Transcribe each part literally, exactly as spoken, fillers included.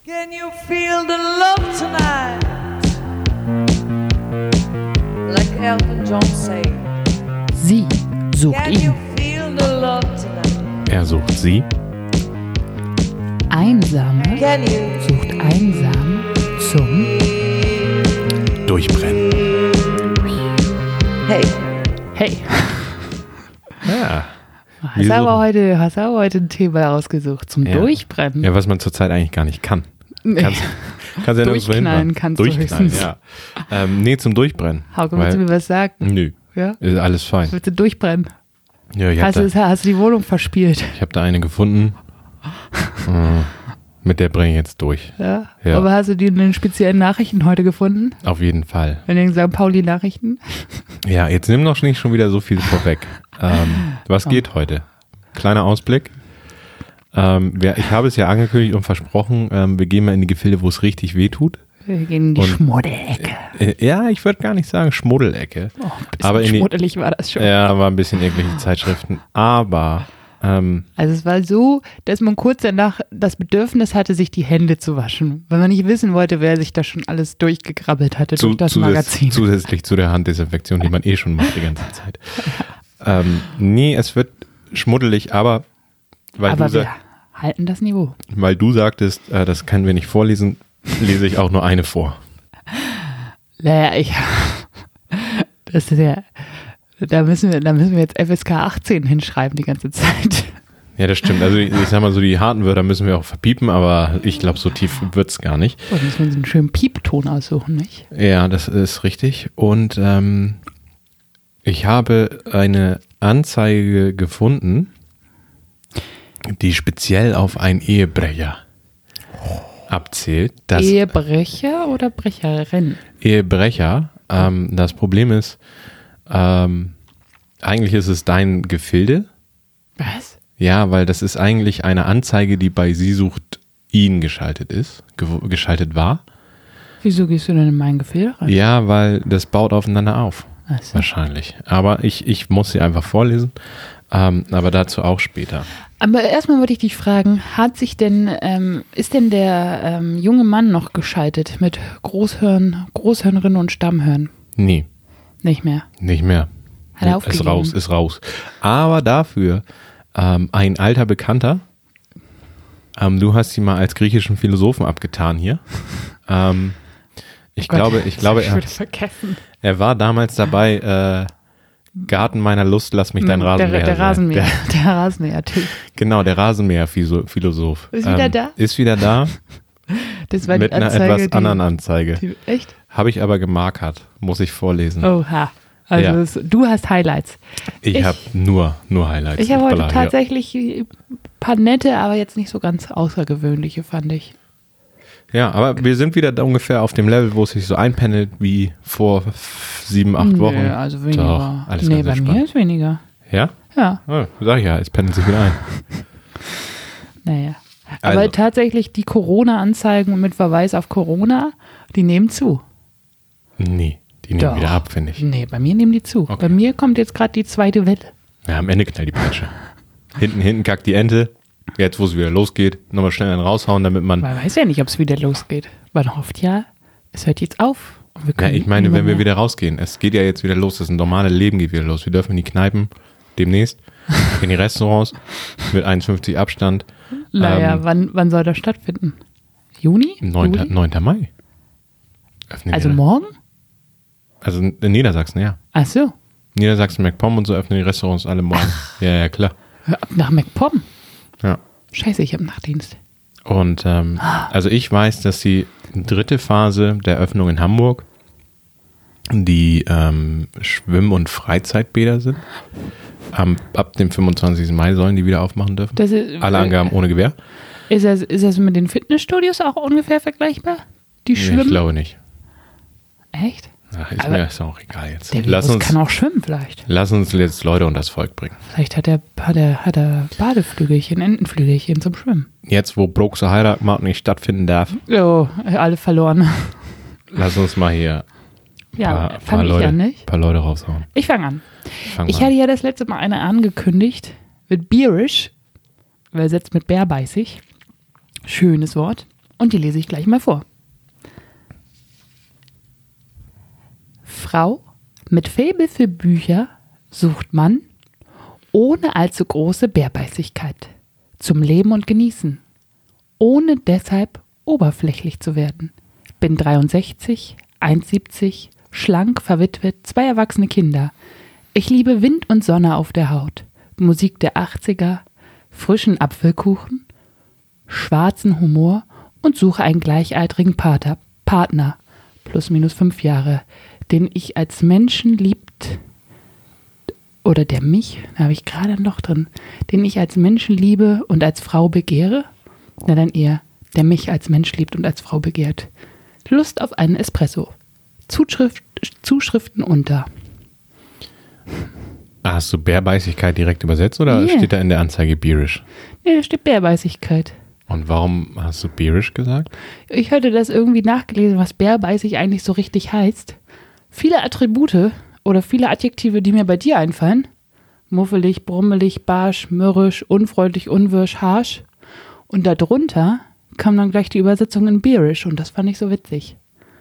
Can you feel the love tonight? Like Elton John said. Sie sucht Can ihn. you feel the love tonight? Er sucht sie. Einsame Can you sucht einsam zum Durchbrennen. Hey, Hey. Ja. Hast Wir du aber suchen- heute, hast du aber heute ein Thema ausgesucht zum Ja. Durchbrennen. Ja, was man zurzeit eigentlich gar nicht kann. Nee. Kannst, kannst ja nirgendwo Durchknallen hinfahren. kannst du Durchknallen, höchstens. ja. Ähm, nee, zum Durchbrennen. Hauke, willst du mir was sagen? Nö, Ja? ist alles fein. Willst du durchbrennen? Ja, ich habe Hast du, da, hast du die Wohnung verspielt? ich hab da eine gefunden. äh, mit der bringe ich jetzt durch. Ja? Ja. Aber hast du die in den speziellen Nachrichten heute gefunden? Auf jeden Fall. In den Sankt Pauli-Nachrichten? Ja, jetzt nimm doch nicht schon wieder so viel vorweg. Ähm, was geht heute? Kleiner Ausblick. Ähm, wer, ich habe es ja angekündigt und versprochen, ähm, wir gehen mal in die Gefilde, wo es richtig weh tut. Wir gehen in die Und- Schmuddelecke. Äh, ja, ich würde gar nicht sagen Schmuddelecke. Oh, ein bisschen Aber in die- schmuddelig war das schon. Ja, war ein bisschen eklige Zeitschriften. Aber ähm, Also es war so, dass man kurz danach das Bedürfnis hatte, sich die Hände zu waschen, weil man nicht wissen wollte, wer sich da schon alles durchgegrabbelt hatte zu, durch das zusätz- Magazin. zusätzlich zu der Handdesinfektion, die man eh schon macht die ganze Zeit. ähm, nee, es wird schmuddelig, aber weil, Aber du, wir sa- halten das Niveau. weil du sagtest, äh, das können wir nicht vorlesen, lese ich auch nur eine vor. Naja, ich. Das ist ja. Da müssen wir, da müssen wir jetzt F S K achtzehn hinschreiben die ganze Zeit. Ja, das stimmt. Also ich, ich sag mal so, die harten Wörter müssen wir auch verpiepen, aber ich glaube, so tief wird's gar nicht. Und müssen wir uns einen schönen Piepton aussuchen, nicht? Ja, das ist richtig. Und ähm, ich habe eine Anzeige gefunden, die speziell auf einen Ehebrecher abzielt. Das Ehebrecher oder Brecherin? Ehebrecher. Ähm, das Problem ist, ähm, eigentlich ist es dein Gefilde. Was? Ja, weil das ist eigentlich eine Anzeige, die bei Sie sucht ihn geschaltet ist, gew- geschaltet war. Wieso gehst du denn in mein Gefilde rein? Ja, weil das baut aufeinander auf. Ach so. Wahrscheinlich. Aber ich, ich muss sie einfach vorlesen. Ähm, aber dazu auch später. Aber erstmal wollte ich dich fragen, hat sich denn, ähm, ist denn der ähm, junge Mann noch geschaltet mit Großhirn, Großhirnrinde und Stammhirn? Nee, Nicht mehr. nicht mehr. Hat er ist aufgegeben? raus, ist raus. Aber dafür ähm, ein alter Bekannter, ähm, du hast ihn mal als griechischen Philosophen abgetan hier. ähm, ich Gott, glaube, ich das glaube, hab ich er, wieder vergessen. er war damals dabei, äh, Garten meiner Lust, lass mich dein der, Rasenmäher der sein. Rasenmäher, Der, der Rasenmäher-Typ. genau, der Rasenmäher-Philosoph. Ist wieder da? Ist wieder da, Das war mit die einer Anzeige, etwas die, anderen Anzeige. die, echt? Habe ich aber gemarkert, muss ich vorlesen. Oha. Also Ja. es, du hast Highlights. ich ich- habe nur, nur Highlights. Ich habe heute baller hier. tatsächlich ein paar nette, aber jetzt nicht so ganz außergewöhnliche, fand ich. Ja, aber wir sind wieder da ungefähr auf dem Level, wo es sich so einpendelt wie vor f- sieben, acht Wochen. Nö, also weniger. Doch, alles nee, ganz bei entspannt. mir ist weniger. Ja? Ja, Oh, sag ich ja, es pendelt sich wieder ein. naja. Aber Also. tatsächlich die Corona-Anzeigen mit Verweis auf Corona, die nehmen zu. Nee, die nehmen Doch. wieder ab, finde ich. Nee, bei mir nehmen die zu. Okay. Bei mir kommt jetzt gerade die zweite Welle. Ja, am Ende knallt die Peitsche. hinten, hinten kackt die Ente. Jetzt, wo es wieder losgeht, nochmal schnell einen raushauen, damit man. Man weiß ja nicht, ob es wieder losgeht. Man hofft ja, es hört jetzt auf. Und wir Ja, können ich meine, wenn wir mehr- wieder rausgehen. Es geht ja jetzt wieder los. Das normale Leben geht wieder los. Wir dürfen in die Kneipen demnächst, in die Restaurants mit eins Komma fünfzig Abstand. Naja, ähm, wann, wann soll das stattfinden? Juni? neunter Juli? neunter Mai. Öffnen Also die- morgen? Also in Niedersachsen, ja. Ach so. Niedersachsen, MacPom und so öffnen die Restaurants alle morgen. Ja, ja, klar. Hör ab nach MacPom. Ja. Scheiße, ich habe Nachtdienst. Und ähm, also ich weiß, dass die dritte Phase der Öffnung in Hamburg die ähm, Schwimm- und Freizeitbäder sind. Am, ab dem fünfundzwanzigsten Mai sollen die wieder aufmachen dürfen. Das ist, Alle Angaben ohne Gewehr. Ist das, ist das mit den Fitnessstudios auch ungefähr vergleichbar? Die Nee, schwimmen? ich glaube nicht. Echt? Ach, ist Aber mir ist auch egal jetzt. Der Lass Virus uns, kann auch schwimmen vielleicht. lass uns jetzt Leute unter das Volk bringen. Vielleicht hat er, hat er, hat er Badeflügelchen, Entenflügelchen zum Schwimmen. Jetzt, wo Brooks Heiratmarkt nicht stattfinden darf, Oh, alle verloren. lass uns mal hier Ja, paar, paar, fang ich Leute, an, nicht? paar Leute raushauen. Ich fange an. Fang Ich mal hatte an. ja das letzte Mal eine angekündigt. Wird beerish, übersetzt mit bärbeißig. Schönes Wort. Und die lese ich gleich mal vor. Frau mit Faible für Bücher sucht Mann ohne allzu große Bärbeißigkeit zum Leben und Genießen, ohne deshalb oberflächlich zu werden. Bin dreiundsechzig, eins siebzig, schlank, verwitwet, zwei erwachsene Kinder. Ich liebe Wind und Sonne auf der Haut, Musik der achtziger, frischen Apfelkuchen, schwarzen Humor und suche einen gleichaltrigen Pater, Partner, plus minus fünf Jahre, den ich als Menschen liebt, oder der mich, da habe ich gerade ein Loch drin, den ich als Menschen liebe und als Frau begehre? Na dann eher, der mich als Mensch liebt und als Frau begehrt. Lust auf einen Espresso. Zuschrift, Zuschriften unter. Hast du Bärbeißigkeit direkt übersetzt oder Yeah. steht da in der Anzeige bierisch? Nee, da steht Bärbeißigkeit. Und warum hast du bierisch gesagt? Ich hatte das irgendwie nachgelesen, was bärbeißig eigentlich so richtig heißt. Viele Attribute oder viele Adjektive, die mir bei dir einfallen. Muffelig, brummelig, barsch, mürrisch, unfreundlich, unwirsch, harsch. Und darunter kam dann gleich die Übersetzung in bierisch und das fand ich so witzig.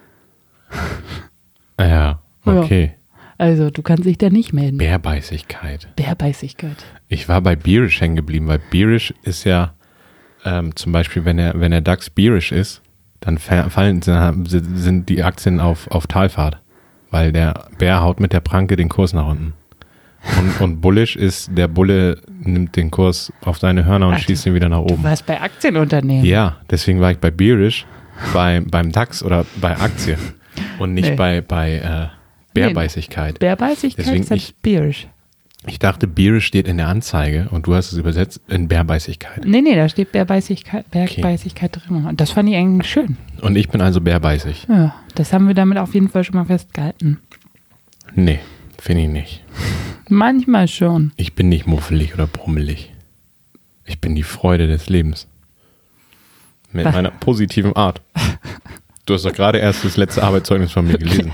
Ja, okay. Also, du kannst dich da nicht melden. Bärbeißigkeit. Bärbeißigkeit. Ich war bei bierisch hängen geblieben, weil bierisch ist ja ähm, zum Beispiel, wenn der, wenn der DAX bierisch ist, dann fa- fallen, sind die Aktien auf, auf Talfahrt, weil der Bär haut mit der Pranke den Kurs nach unten. Und, und bullisch ist, der Bulle nimmt den Kurs auf seine Hörner und Ach, schießt ihn wieder nach Du oben. warst bei Aktienunternehmen. Ja, deswegen war ich bei bierisch, bei, beim DAX oder bei Aktie und nicht Nee. bei, bei äh, Bärbeißigkeit. Bärbeißigkeit Deswegen ist halt ich- bierisch. Ich dachte, bierisch steht in der Anzeige und du hast es übersetzt in Bärbeißigkeit. Nee, nee, da steht Bärbeißigkeit, Bergbeißigkeit drin. Und das fand ich eigentlich schön. Und ich bin also bärbeißig. Ja, das haben wir damit auf jeden Fall schon mal festgehalten. Nee, finde ich nicht. Manchmal schon. Ich bin nicht muffelig oder brummelig. Ich bin die Freude des Lebens. Mit Was? meiner positiven Art. Du hast doch gerade erst das letzte Arbeitszeugnis von mir gelesen.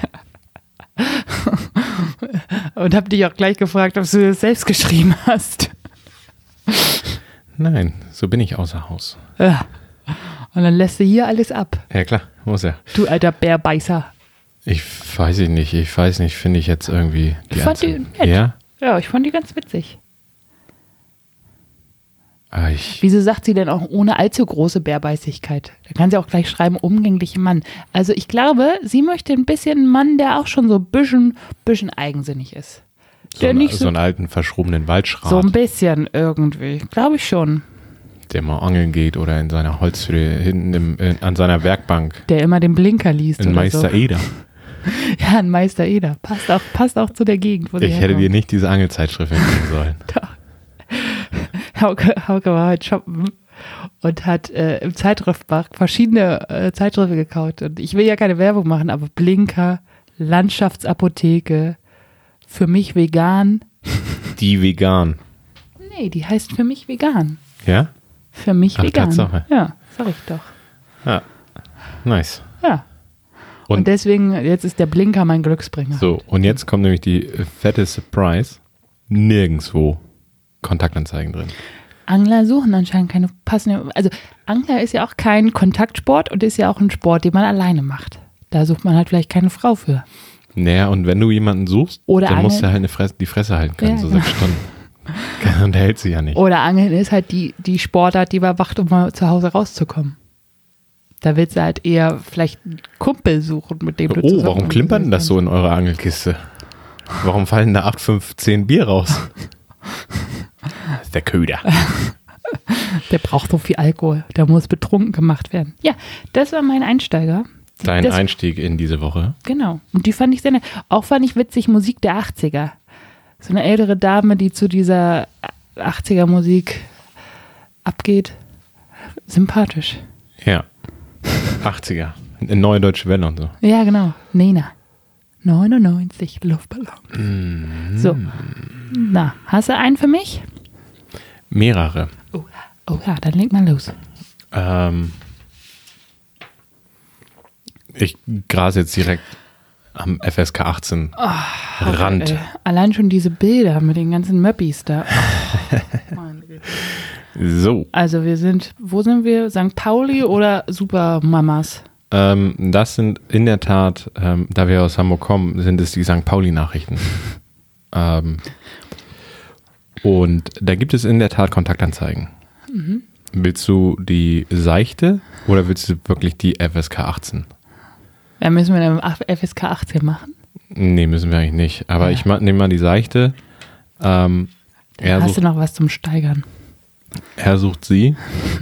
Und hab dich auch gleich gefragt, ob du das selbst geschrieben hast. Nein, so bin ich außer Haus. Ja. Und dann lässt du hier alles ab. Ja klar, muss ja. Du alter Bärbeißer. Ich weiß ich nicht, ich weiß nicht, finde ich jetzt irgendwie die Ich fand die Anzeige- nett. Ja? Ja, ich fand die ganz witzig. Ah, ich, Wieso sagt sie denn auch ohne allzu große Bärbeißigkeit? Da kann sie auch gleich schreiben, umgängliche Mann. Also ich glaube, sie möchte ein bisschen einen Mann, der auch schon so ein bisschen, bisschen eigensinnig ist. so, Der ein, nicht so so, einen alten, verschrobenen Waldschrat, so ein bisschen irgendwie. Glaube ich schon. der mal angeln geht oder in seiner Holzhütte hinten im, in, an seiner Werkbank Der immer den Blinker liest in oder Meister so. Eder. Ja, ein Meister Eder. Passt auch, passt auch zu der Gegend, wo sie Ich hätte dir herkommt. nicht diese Angelzeitschrift empfehlen sollen. Hauke, Hauke war heute shoppen und hat äh, im Zeitschriftmarkt verschiedene äh, Zeitschriften gekauft. Und ich will ja keine Werbung machen, aber Blinker, Landschaftsapotheke, für mich vegan. Die vegan. Nee, die heißt für mich vegan. Ja? Für mich Ach, vegan. Tatsache. Ja, sag ich doch. Ja. Nice. Ja. Und, Und- deswegen, jetzt ist der Blinker mein Glücksbringer. So, und jetzt kommt nämlich die äh, fette Surprise. Nirgendwo Kontaktanzeigen drin. Angler suchen anscheinend keine passende. Also Angler ist ja auch kein Kontaktsport und ist ja auch ein Sport, den man alleine macht. Da sucht man halt vielleicht keine Frau für. Naja, und wenn du jemanden suchst, Oder dann musst du Angeln. halt eine Fresse, die Fresse halten können, Ja, so genau. sechs Stunden. Und der hält sie ja nicht. Oder Angeln ist halt die, die Sportart, die man macht, um mal zu Hause rauszukommen. Da willst du halt eher vielleicht einen Kumpel suchen, mit dem du Oh, zusammen warum klimpert denn das so in eurer Angelkiste? Warum fallen da acht, fünf, zehn Bier raus? Das ist der Köder. Der braucht so viel Alkohol. Der muss betrunken gemacht werden. Ja, das war mein Einsteiger. Dein Das- Einstieg in diese Woche. Genau. Und die fand ich sehr nett. Auch fand ich witzig, Musik der achtziger. So eine ältere Dame, die zu dieser achtziger Musik abgeht. Sympathisch. Ja. achtziger. Eine neue deutsche Welle und so. Ja, genau. Nena. neunundneunzig Luftballon. Mm. So. Na, hast du einen für mich? Mehrere. Oh, oh ja, dann leg mal los. Ähm, ich grase jetzt direkt am F S K achtzehn Rand. Äh, allein schon diese Bilder mit den ganzen Möppis da. Oh, meine Güte. So, Also wir sind, wo sind wir? Sankt Pauli oder Supermamas? ähm, das sind in der Tat, ähm, da wir aus Hamburg kommen, sind es die Sankt Pauli-Nachrichten. ähm, und da gibt es in der Tat Kontaktanzeigen. Mhm. Willst du die seichte oder willst du wirklich die F S K achtzehn? Ja, müssen wir dann F S K achtzehn machen? Nee, müssen wir eigentlich nicht. Aber Ja. ich ma- nehme mal die seichte. Ähm, er, Hast du sucht, noch was zum Steigern? er sucht sie.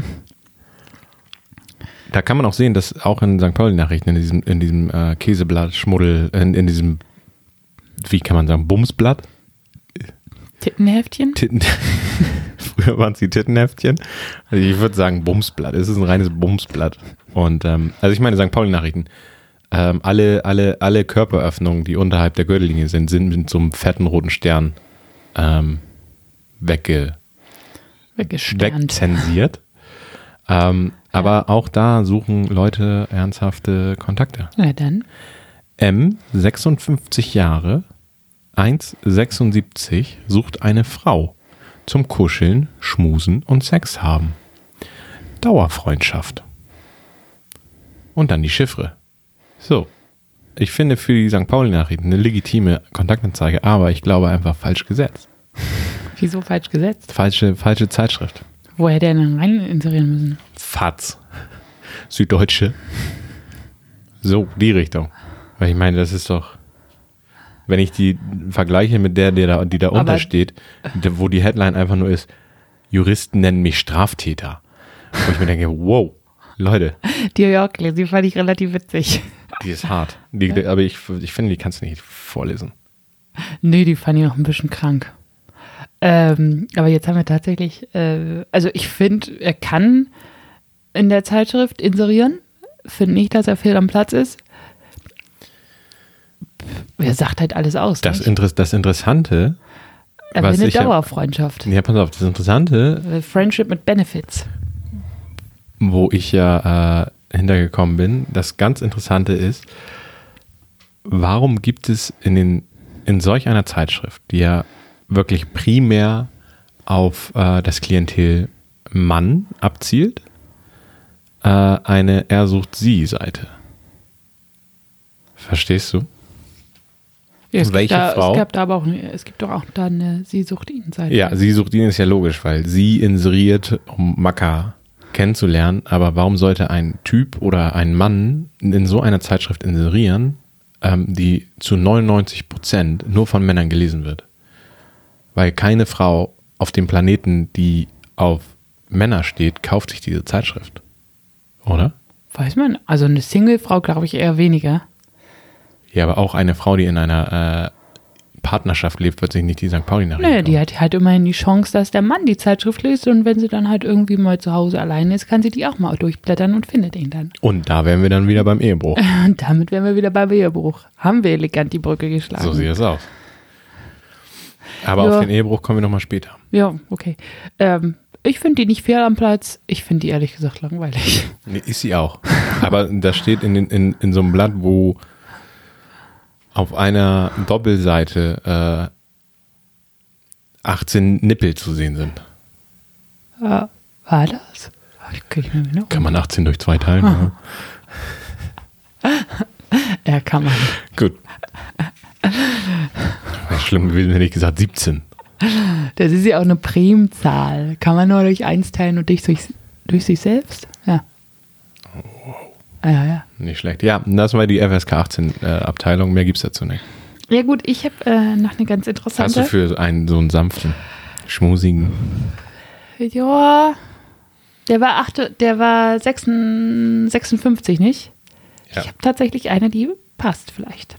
Da kann man auch sehen, dass auch in Sankt Pauli-Nachrichten, in diesem, in diesem äh, Käseblatt, Schmuddel, in, in diesem, wie kann man sagen, Bumsblatt? Tittenheftchen? Titten. Früher waren es die Tittenheftchen. Also ich würde sagen Bumsblatt. Es ist ein reines Bumsblatt. Und ähm, also ich meine Sankt Pauli-Nachrichten. Ähm, alle, alle, alle Körperöffnungen, die unterhalb der Gürtellinie sind, sind mit so einem fetten roten Stern ähm, wegge, Weggesternt. wegzensiert. Ähm, aber auch da suchen Leute ernsthafte Kontakte. Ja, dann. M, sechsundfünfzig Jahre, eins Komma sechsundsiebzig, sucht eine Frau zum Kuscheln, Schmusen und Sex haben. Dauerfreundschaft. Und dann die Chiffre. So. Ich finde für die Sankt Pauli-Nachrichten eine legitime Kontaktanzeige, aber ich glaube einfach falsch gesetzt. Wieso falsch gesetzt? Falsche, falsche Zeitschrift. Wo hätte er denn rein inserieren müssen? Fatz. Süddeutsche. So, die Richtung. Weil ich meine, das ist doch, wenn ich die vergleiche mit der, die da, die da Aber- untersteht, wo die Headline einfach nur ist, Juristen nennen mich Straftäter. Wo ich mir denke, wow, Leute, Die York, die fand ich relativ witzig. die ist hart. Die, aber ich, ich finde, die kannst du nicht vorlesen. Nee, die fand ich noch ein bisschen krank. Ähm, aber jetzt haben wir tatsächlich, äh, also ich finde, er kann in der Zeitschrift inserieren. Finde nicht, dass er fehl am Platz ist. Er sagt halt alles aus. Das, nicht? Inter das Interessante, Er was will eine ich ja- Dauerfreundschaft. ja, pass auf, das Interessante, Äh, Friendship mit Benefits. wo ich ja äh, hintergekommen bin, das ganz Interessante ist, warum gibt es in, den, in solch einer Zeitschrift, die ja wirklich primär auf äh, das Klientel Mann abzielt, äh, eine Er sucht sie Seite? Verstehst du? Ja, es Welche gibt da, Frau? Es, gab da aber auch, es gibt doch auch da eine Sie sucht ihn Seite. Ja, sie sucht ihn, ist ja logisch, weil sie inseriert, um Macker kennenzulernen, aber warum sollte ein Typ oder ein Mann in so einer Zeitschrift inserieren, ähm, die zu neunundneunzig Prozent nur von Männern gelesen wird? Weil keine Frau auf dem Planeten, die auf Männer steht, kauft sich diese Zeitschrift. Oder? Weiß man, also eine Single-Frau glaube ich eher weniger. Ja, aber auch eine Frau, die in einer äh, Partnerschaft lebt, wird sich nicht die Sankt Pauli-Nachrichten Naja, die hat halt immerhin die Chance, dass der Mann die Zeitschrift liest und wenn sie dann halt irgendwie mal zu Hause alleine ist, kann sie die auch mal durchblättern und findet ihn dann. Und da wären wir dann wieder beim Ehebruch. Und damit wären wir wieder beim Ehebruch. Haben wir elegant die Brücke geschlagen. So sieht es aus. Aber Ja. auf den Ehebruch kommen wir nochmal später. Ja, okay. Ähm, ich finde die nicht fair am Platz. Ich finde die ehrlich gesagt langweilig. Nee, ist sie auch. Aber das steht in, den- in, in so einem Blatt, wo auf einer Doppelseite äh, achtzehn Nippel zu sehen sind. Äh, war das? Ich krieg mir noch. Kann man achtzehn durch zwei teilen? Ja. Ja, kann man. Gut. Wäre schlimm gewesen, hätte ich gesagt siebzehn. Das ist ja auch eine Primzahl. Kann man nur durch eins teilen und durch, durch, durch sich selbst? Ja. Ja, ja. Nicht schlecht. Ja, das war die F S K achtzehn äh, Abteilung. Mehr gibt es dazu nicht. Ja gut, ich habe äh, noch eine ganz Hast du interessante. für einen so einen sanften, schmusigen. Ja, der war acht, der war sechsundfünfzig, nicht? Ja. Ich habe tatsächlich eine, die passt vielleicht.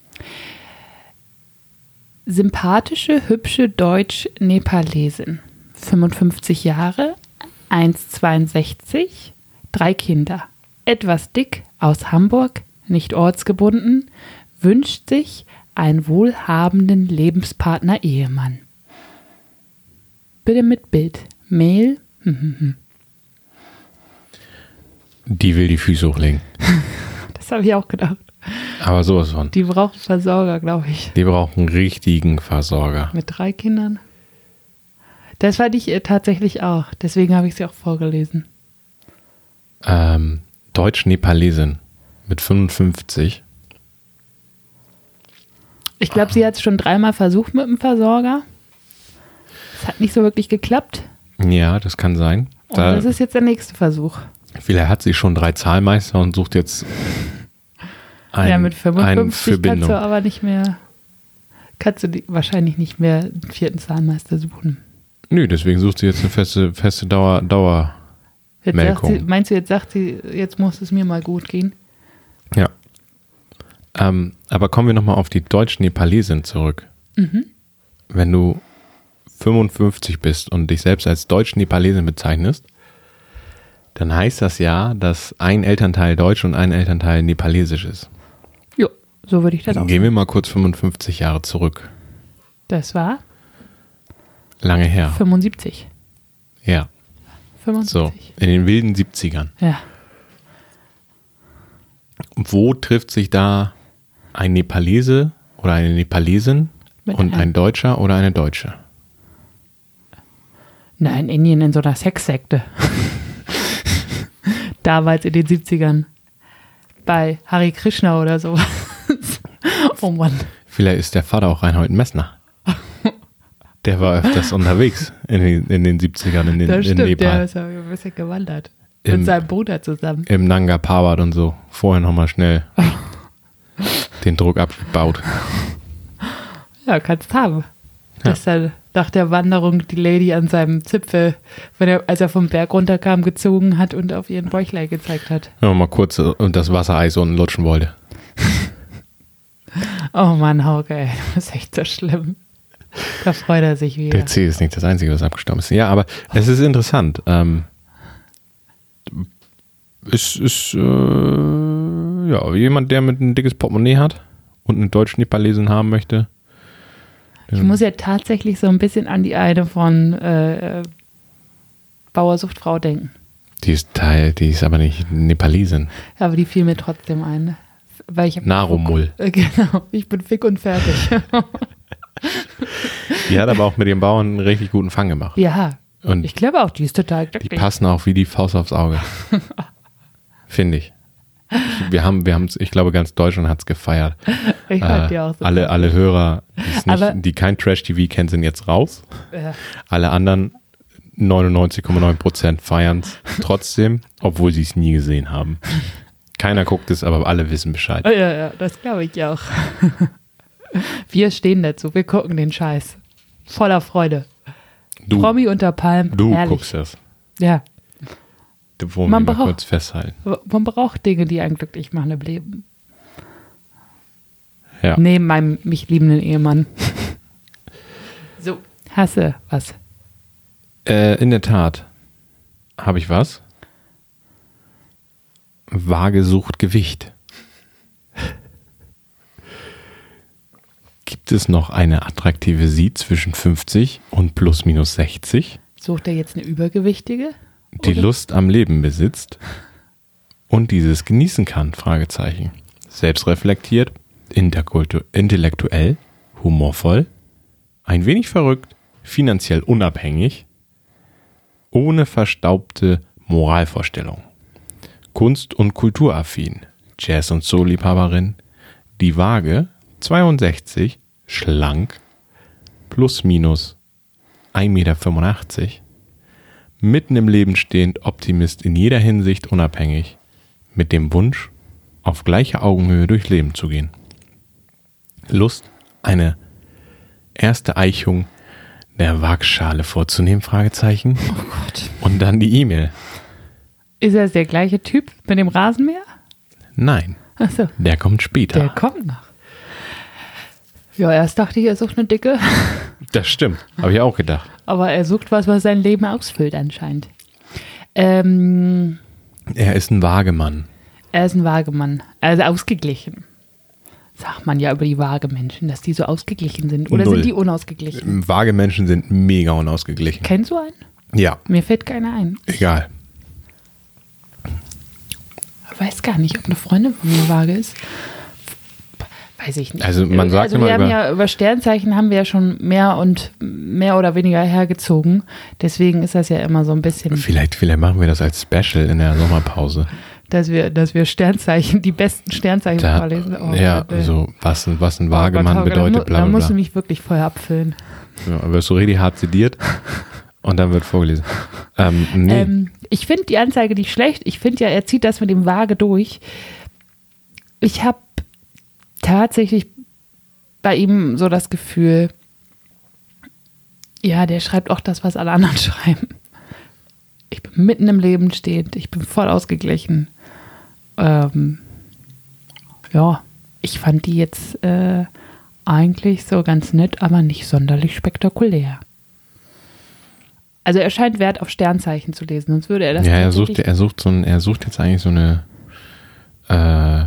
Sympathische, hübsche Deutsch-Nepalesin. fünfundfünfzig Jahre, eins Komma zweiundsechzig, drei Kinder. Etwas dick, aus Hamburg, nicht ortsgebunden, wünscht sich einen wohlhabenden Lebenspartner Ehemann. Bitte mit Bild. Mail. Hm, hm, hm. Die will die Füße hochlegen. Das habe ich auch gedacht. Aber sowas von. Die braucht einen Versorger, glaube ich. Die brauchen einen richtigen Versorger. Mit drei Kindern. Das fand ich äh, tatsächlich auch. Deswegen habe ich sie auch vorgelesen. Ähm, Deutsch-Nepalesin mit fünfundfünfzig. Ich glaube, sie hat es schon dreimal versucht mit dem Versorger. Es hat nicht so wirklich geklappt. Ja, das kann sein. Und Da, das ist jetzt der nächste Versuch. vielleicht hat sie schon drei Zahlmeister und sucht jetzt ein, ja, mit einen fünfundfünfzig für kannst Bindung. du aber nicht mehr, kannst du die, wahrscheinlich nicht mehr einen vierten Zahnmeister suchen. Nö, deswegen sucht sie jetzt eine feste, feste Dauer, Dauer. Jetzt sagt Melkung. sie, meinst du, jetzt sagt sie, jetzt muss es mir mal gut gehen? Ja. Ähm, aber kommen wir nochmal auf die Deutsch-Nepalesin zurück. Mhm. Wenn du fünfundfünfzig bist und dich selbst als Deutsch-Nepalesin bezeichnest, dann heißt das ja, dass ein Elternteil Deutsch und ein Elternteil Nepalesisch ist. Jo, so würde ich das Dann auch gehen wir mal kurz fünfundfünfzig Jahre zurück. Das war Lange her. fünfundsiebzig. Ja. So, fünfundsiebzig. in den wilden siebzigern. Ja. Wo trifft sich da ein Nepalese oder eine Nepalesin Mit und einem- ein Deutscher oder eine Deutsche? Na, in Indien in so einer Sexsekte. Damals in den siebzigern. Bei Hare Krishna oder so. Oh Mann. Vielleicht ist der Vater auch Reinhold Messner. Der war öfters unterwegs in den, in den siebzigern in, den, Das in stimmt, der Nepal. ist ja ein bisschen gewandert. Im- Mit seinem Bruder zusammen. Im Nanga Parbat und so. Vorher nochmal schnell den Druck abgebaut. Ja, kannst haben. Ja. Dass dann nach der Wanderung die Lady an seinem Zipfel, wenn er, als er vom Berg runterkam, gezogen hat und auf ihren Bäuchlein gezeigt hat. Wenn man mal kurz äh, und das Wassereis unten lutschen wollte. Oh Mann, Hauke, ey, das ist echt so schlimm. Da freut er sich wieder. Der C ist nicht das Einzige, was abgestorben ist. Ja, aber es ist interessant. Ähm, es ist äh, ja, jemand, der mit ein dickes Portemonnaie hat und eine Deutsch-Nepalesin haben möchte. Ich muss ja tatsächlich so ein bisschen an die eine von äh, Bauer sucht Frau denken. Die ist Teil, die ist aber nicht Nepalesin. Aber die fiel mir trotzdem ein. Weil ich hab- Narumul. Äh, Genau, ich bin fick und fertig. Die hat aber auch mit dem Bauern einen richtig guten Fang gemacht. Ja, Und ich glaube auch, die ist total die glücklich. passen auch wie die Faust aufs Auge. Finde ich. Wir haben, wir haben es, ich glaube, ganz Deutschland hat es gefeiert. Ich fand Äh, die auch so. alle, alle Hörer, die's nicht, Aber- die kein Trash-T V kennen, sind jetzt raus. Ja. Alle anderen neunundneunzig Komma neun Prozent feiern es trotzdem, obwohl sie es nie gesehen haben. Keiner guckt es, aber alle wissen Bescheid. Ja, ja, das glaube ich auch. Wir stehen dazu, wir gucken den Scheiß. Voller Freude. Du, Promi unter Palm, du herrlich. guckst das. Ja, Da wollen Man wir mal braucht- kurz festhalten. man braucht Dinge, die einen glücklich machen im Leben. Ja. Neben meinem mich liebenden Ehemann. So, hasse was. Äh, in der Tat habe ich was. Waage sucht Gewicht. Gibt es noch eine attraktive Sie zwischen fünfzig und plus minus sechzig, Sucht er jetzt eine Übergewichtige? die Oder? Lust am Leben besitzt und dieses genießen kann? Fragezeichen. Selbstreflektiert, interkultu- intellektuell, humorvoll, ein wenig verrückt, finanziell unabhängig, ohne verstaubte Moralvorstellung, Kunst- und Kulturaffin, Jazz- und Soul-Liebhaberin, die Waage, zweiundsechzig, schlank, plus minus ein Meter fünfundachtzig, mitten im Leben stehend, Optimist in jeder Hinsicht unabhängig, mit dem Wunsch, auf gleicher Augenhöhe durchs Leben zu gehen. Lust, eine erste Eichung der Waagschale vorzunehmen, Fragezeichen. Oh Gott. Und dann die E-Mail. Ist er der gleiche Typ mit dem Rasenmäher? Nein, Achso, der kommt später. der kommt noch. Ja, erst dachte ich, er sucht eine Dicke, Das stimmt, habe ich auch gedacht. aber er sucht was, was sein Leben ausfüllt anscheinend. Ähm, Er ist ein Waagemann. er ist ein Waagemann, also ausgeglichen. Sagt man ja über die Waagemenschen, dass die so ausgeglichen sind. Oder Null. sind die unausgeglichen? Waagemenschen sind mega unausgeglichen. Kennst du einen? Ja, Mir fällt keiner ein. egal. Ich weiß gar nicht, ob eine Freundin von mir vage ist. weiß ich nicht. Also man sagt also immer wir haben über- ja über Sternzeichen haben wir ja schon mehr und mehr oder weniger hergezogen. Deswegen ist das ja immer so ein bisschen, Vielleicht, vielleicht machen wir das als Special in der Sommerpause. dass wir, dass wir Sternzeichen, die besten Sternzeichen Da, vorlesen. Oh, ja, Gott, ey. so was, ein- was ein Oh Wagemann Gott, Hauke, bedeutet, da, mu- bla da bla musst du bla. mich wirklich vorher abfüllen. Ja, dann wirst du richtig hart sediert und dann wird vorgelesen. Ähm, nee, Ähm, ich finde die Anzeige nicht schlecht. Ich finde ja, er zieht das mit dem Waage durch. Ich habe tatsächlich bei ihm so das Gefühl, ja, der schreibt auch das, was alle anderen schreiben. Ich bin mitten im Leben stehend. Ich bin voll ausgeglichen. Ähm, ja, ich fand die jetzt äh, eigentlich so ganz nett, aber nicht sonderlich spektakulär. Also er scheint Wert auf Sternzeichen zu lesen, sonst würde er das ja, er sucht, tatsächlich- er sucht so ein, er sucht jetzt eigentlich so eine, äh,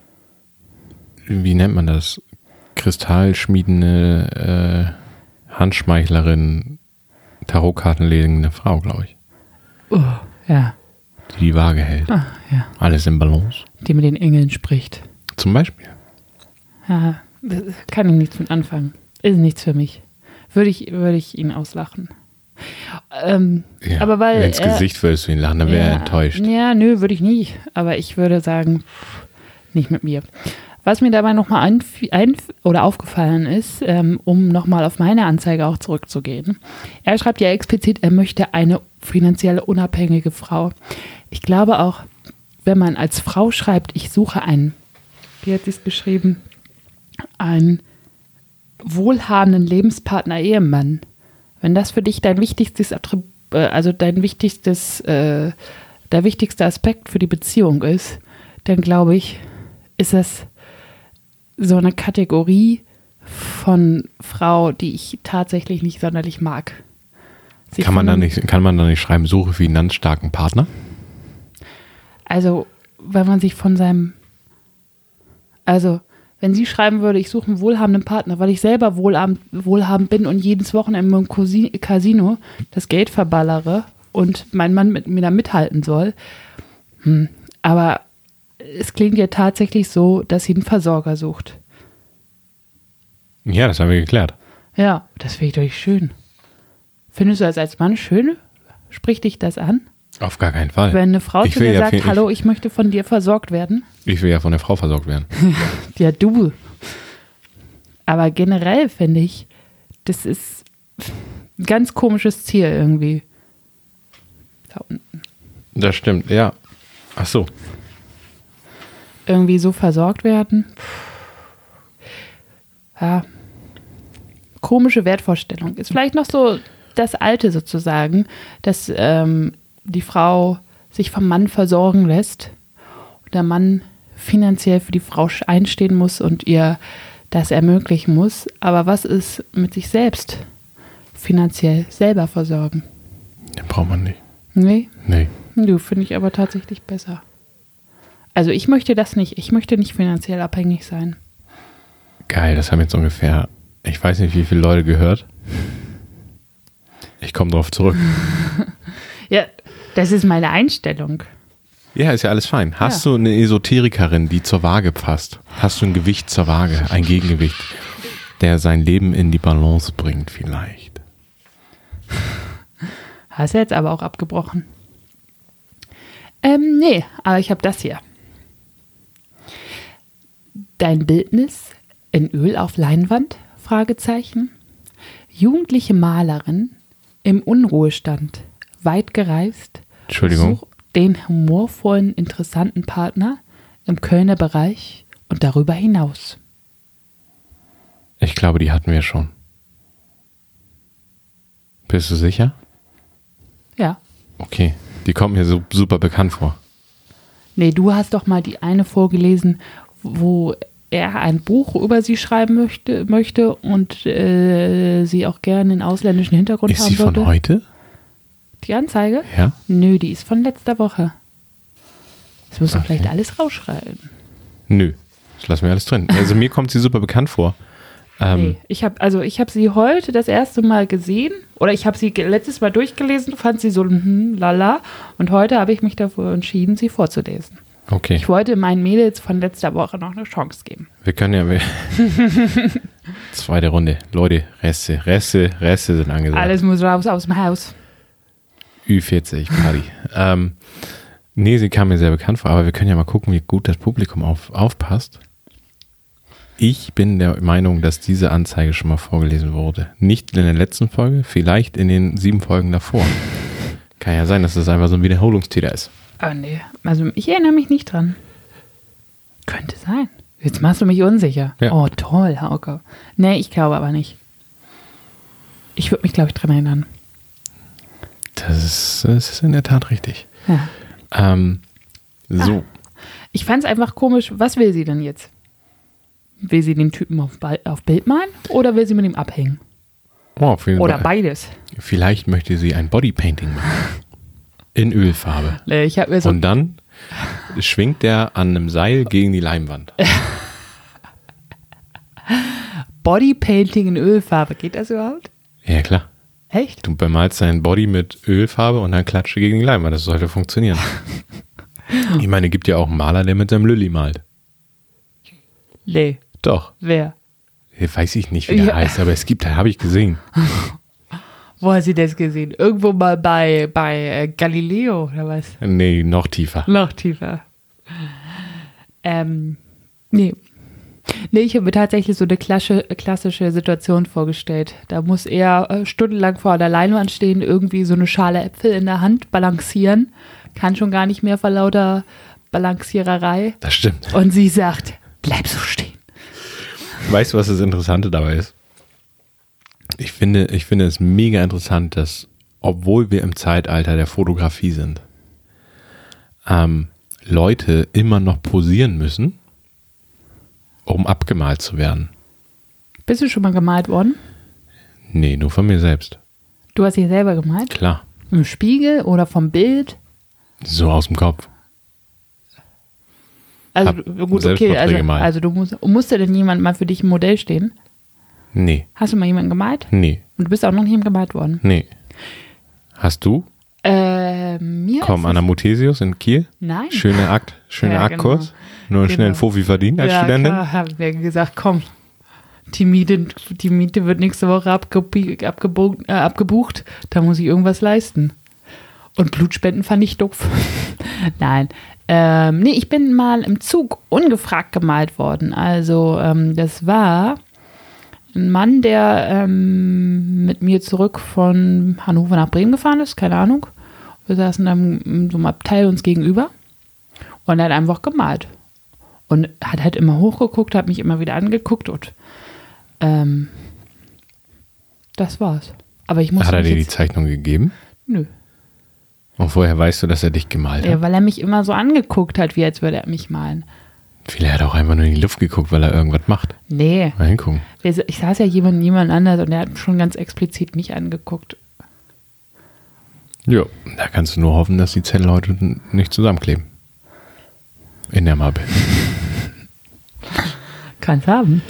wie nennt man das? Kristallschmiedende äh, Handschmeichlerin, Tarotkarten lesende Frau, glaube ich, Oh, ja, die die Waage hält. ah, ja, Alles im Balance. die mit den Engeln spricht. Zum Beispiel. Ja, das kann ich nichts mit anfangen. Ist nichts für mich. Würde ich, würde ich ihn auslachen. Ähm, Ja, aber weil ins er- Gesicht würdest du ihn lachen, dann wäre er ja, enttäuscht. Ja, nö, würde ich nicht. Aber ich würde sagen, pff, nicht mit mir. Was mir dabei nochmal ein, ein, oder aufgefallen ist, ähm, um nochmal auf meine Anzeige auch zurückzugehen. Er schreibt ja explizit, er möchte eine finanziell unabhängige Frau. Ich glaube auch, wenn man als Frau schreibt, ich suche einen, wie hat sie es geschrieben, einen wohlhabenden Lebenspartner, Ehemann. Wenn das für dich dein wichtigstes Attribut, also dein wichtigstes, äh, der wichtigste Aspekt für die Beziehung ist, dann glaube ich, ist das so eine Kategorie von Frau, die ich tatsächlich nicht sonderlich mag. Sich Kann man, von da einem- nicht, kann man da nicht schreiben, suche finanzstarken Partner? Also, wenn man sich von seinem, also, wenn sie schreiben würde, ich suche einen wohlhabenden Partner, weil ich selber wohlhabend, wohlhabend bin und jedes Wochenende im Cosi- Casino das Geld verballere und mein Mann mit mir da mithalten soll. Hm. Aber es klingt ja tatsächlich so, dass sie einen Versorger sucht. Ja, das haben wir geklärt. Ja, das finde ich doch nicht schön. Findest du das als Mann schön? Spricht dich das an? Auf gar keinen Fall. Wenn eine Frau Ich zu will dir ja sagt, viel- hallo, ich möchte von dir versorgt werden. Ich will ja von der Frau versorgt werden. Ja, du. Aber generell finde ich, das ist ein ganz komisches Ziel irgendwie. Da unten. Das stimmt, ja. Ach so. Irgendwie so versorgt werden. Ja. Komische Wertvorstellung. Ist vielleicht noch so das Alte sozusagen, dass ähm, die Frau sich vom Mann versorgen lässt und der Mann finanziell für die Frau einstehen muss und ihr das ermöglichen muss. Aber was ist mit sich selbst finanziell selber versorgen? Den braucht man nicht. Nee, Nee. du finde ich aber tatsächlich besser. Also ich möchte das nicht. Ich möchte nicht finanziell abhängig sein. Geil, das haben jetzt ungefähr, ich weiß nicht, wie viele Leute gehört. Ich komme drauf zurück. Ja, das ist meine Einstellung. Ja, ist ja alles fein. Hast Ja. du eine Esoterikerin, die zur Waage passt? Hast du ein Gewicht zur Waage, ein Gegengewicht, der sein Leben in die Balance bringt vielleicht? Hast du jetzt aber auch abgebrochen. Ähm, nee, aber ich habe das hier. Dein Bildnis in Öl auf Leinwand? Fragezeichen. Jugendliche Malerin im Unruhestand, weit gereist. Entschuldigung. Such den humorvollen, interessanten Partner im Kölner Bereich und darüber hinaus. Ich glaube, die hatten wir schon. Bist du sicher? Ja. Okay, die kommt mir so super bekannt vor. Nee, du hast doch mal die eine vorgelesen, wo er ein Buch über sie schreiben möchte, möchte und äh, sie auch gerne einen ausländischen Hintergrund Ist haben sie von würde. heute? Die Anzeige? Ja. Nö, die ist von letzter Woche. Das musst du Okay. vielleicht alles rausschreiben. Nö, das lassen wir alles drin. Also mir kommt sie super bekannt vor. Ähm, Nee, ich habe also ich habe sie heute das erste Mal gesehen oder ich habe sie ge- letztes Mal durchgelesen, fand sie so hm, lala und heute habe ich mich dafür entschieden, sie vorzulesen. Okay. Ich wollte meinen Mädels von letzter Woche noch eine Chance geben. Wir können ja... Wir Zweite Runde. Leute, Reste, Reste, Reste sind angesagt. Alles muss raus aus dem Haus. Ü vierzig, Party. ähm, nee, sie kam mir sehr bekannt vor, aber wir können ja mal gucken, wie gut das Publikum auf, aufpasst. Ich bin der Meinung, dass diese Anzeige schon mal vorgelesen wurde. Nicht in der letzten Folge, vielleicht in den sieben Folgen davor. Kann ja sein, dass das einfach so ein Wiederholungstäter ist. Aber nee, also ich erinnere mich nicht dran. Könnte sein. Jetzt machst du mich unsicher. Ja. Oh, toll, Hauke. Nee, ich glaube aber nicht. Ich würde mich, glaube ich, dran erinnern. Das ist, das ist in der Tat richtig. Ja. Ähm, so. Ah, ich fand es einfach komisch. Was will sie denn jetzt? Will sie den Typen auf, Ba- auf Bild malen oder will sie mit ihm abhängen? Oh, auf jeden Oder Fall. beides? Vielleicht möchte sie ein Bodypainting machen. In Ölfarbe. Nee, ich habe mir so... Und dann schwingt er an einem Seil gegen die Leinwand. Bodypainting in Ölfarbe. Geht das überhaupt? Ja, klar. Echt? Du bemalst deinen Body mit Ölfarbe und dann klatsche gegen die Leinwand. Das sollte funktionieren. Ich meine, es gibt ja auch einen Maler, der mit seinem Lilly malt. Nee. Doch. Wer? Weiß ich nicht, wie der Ja. heißt, aber es gibt, habe ich gesehen. Wo hast du das gesehen? Irgendwo mal bei, bei äh, Galileo oder was? Nee, noch tiefer. Noch tiefer. Ähm, nee. Nee, ich habe mir tatsächlich so eine klassische, klassische Situation vorgestellt. Da muss er äh, stundenlang vor der Leinwand stehen, irgendwie so eine Schale Äpfel in der Hand balancieren. Kann schon gar nicht mehr vor lauter Balanciererei. Das stimmt. Und sie sagt, bleib so stehen. Weißt du, was das Interessante dabei ist? Ich finde, ich finde es mega interessant, dass, obwohl wir im Zeitalter der Fotografie sind, ähm, Leute immer noch posieren müssen, um abgemalt zu werden. Bist du schon mal gemalt worden? Nee, nur von mir selbst. Du hast dich selber gemalt? Klar. Im Spiegel oder vom Bild? So aus dem Kopf. Also Hab gut, selbst okay, Porträt also, gemalt. also du musst, musste denn jemand mal für dich im Modell stehen? Nee, Hast du mal jemanden gemalt? nee, Und du bist auch noch nie gemalt worden? nee. Hast du? Äh, mir Komm, ist Anna es, Muthesius in Kiel. Nein. Schöner Akt, schöner Ja, Aktkurs. genau. Nur einen Genau. schnellen Fofi verdienen als ja, Studentin. klar, haben wir gesagt, komm, die Miete, die Miete wird nächste Woche abgebu- abgebu- äh, abgebucht, da muss ich irgendwas leisten. Und Blutspenden fand ich doof. Nein. Ähm, nee, ich bin mal im Zug ungefragt gemalt worden. Also ähm, das war ein Mann, der ähm, mit mir zurück von Hannover nach Bremen gefahren ist, keine Ahnung. Wir saßen dann in so einem Abteil uns gegenüber und er hat einfach gemalt. Und hat halt immer hochgeguckt, hat mich immer wieder angeguckt und ähm, das war's. Aber ich musste Hat er mich dir die jetzt, Zeichnung gegeben? nö. Und woher weißt du, dass er dich gemalt hat? Ja, weil er mich immer so angeguckt hat, wie als würde er mich malen. Vielleicht hat er auch einfach nur in die Luft geguckt, weil er irgendwas macht. Nee, Mal hingucken. ich saß ja jemand, jemand anders und der hat schon ganz explizit mich angeguckt. Ja, da kannst du nur hoffen, dass die Zettel heute n- nicht zusammenkleben. In der Mappe. Kann's haben.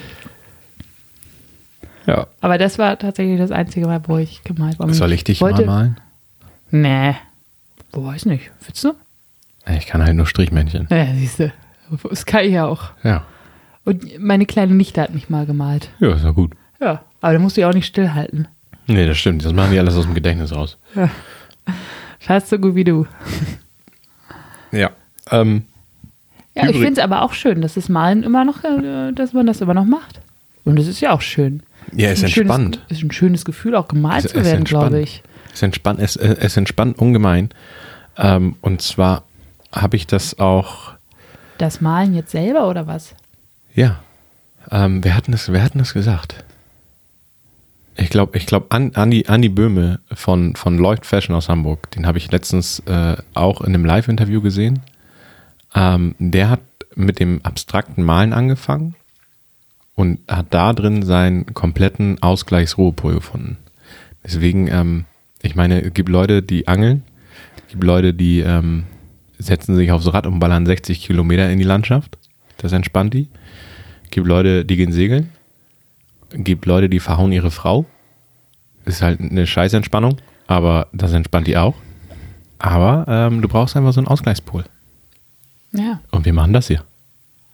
Ja. Aber das war tatsächlich das einzige Mal, wo ich gemalt war. Soll ich dich wollte, mal malen? Nee. Wo weiß nicht. Willst du? Ich kann halt nur Strichmännchen. Ja, siehst du. Das kann ich ja auch. Ja. Und meine kleine Nichte hat mich mal gemalt. Ja, ist ja gut. Ja, aber da musst du ja auch nicht stillhalten. Nee, das stimmt. Das machen die alles aus dem Gedächtnis raus. Fast so gut wie du. Ja. Ähm, Ja, ich Übrig- finde es aber auch schön, dass das Malen immer noch, äh, dass man das immer noch macht. Und es ist ja auch schön. ja, ist ein entspannt. Schönes, ist ein schönes Gefühl, auch gemalt Es- zu es werden, entspannt. glaube ich. Es entspannt, es, äh, es entspannt ungemein. Ähm, und zwar habe ich das auch, Das Malen jetzt selber oder was? ja, ähm, wer, hatten das, wer hatten das gesagt? Ich glaube, ich glaube, Andi, Andi Böhme von, von Leucht Fashion aus Hamburg, den habe ich letztens äh, auch in einem Live-Interview gesehen. Ähm, der hat mit dem abstrakten Malen angefangen und hat da drin seinen kompletten Ausgleichsruhepol gefunden. Deswegen, ähm, ich meine, es gibt Leute, die angeln, es gibt Leute, die ähm, setzen sich aufs Rad und ballern sechzig Kilometer in die Landschaft. Das entspannt die. Es gibt Leute, die gehen segeln. Es gibt Leute, die verhauen ihre Frau. Ist halt eine Scheißentspannung, aber das entspannt die auch. Aber ähm, du brauchst einfach so einen Ausgleichspol. Ja, Und wir machen das hier.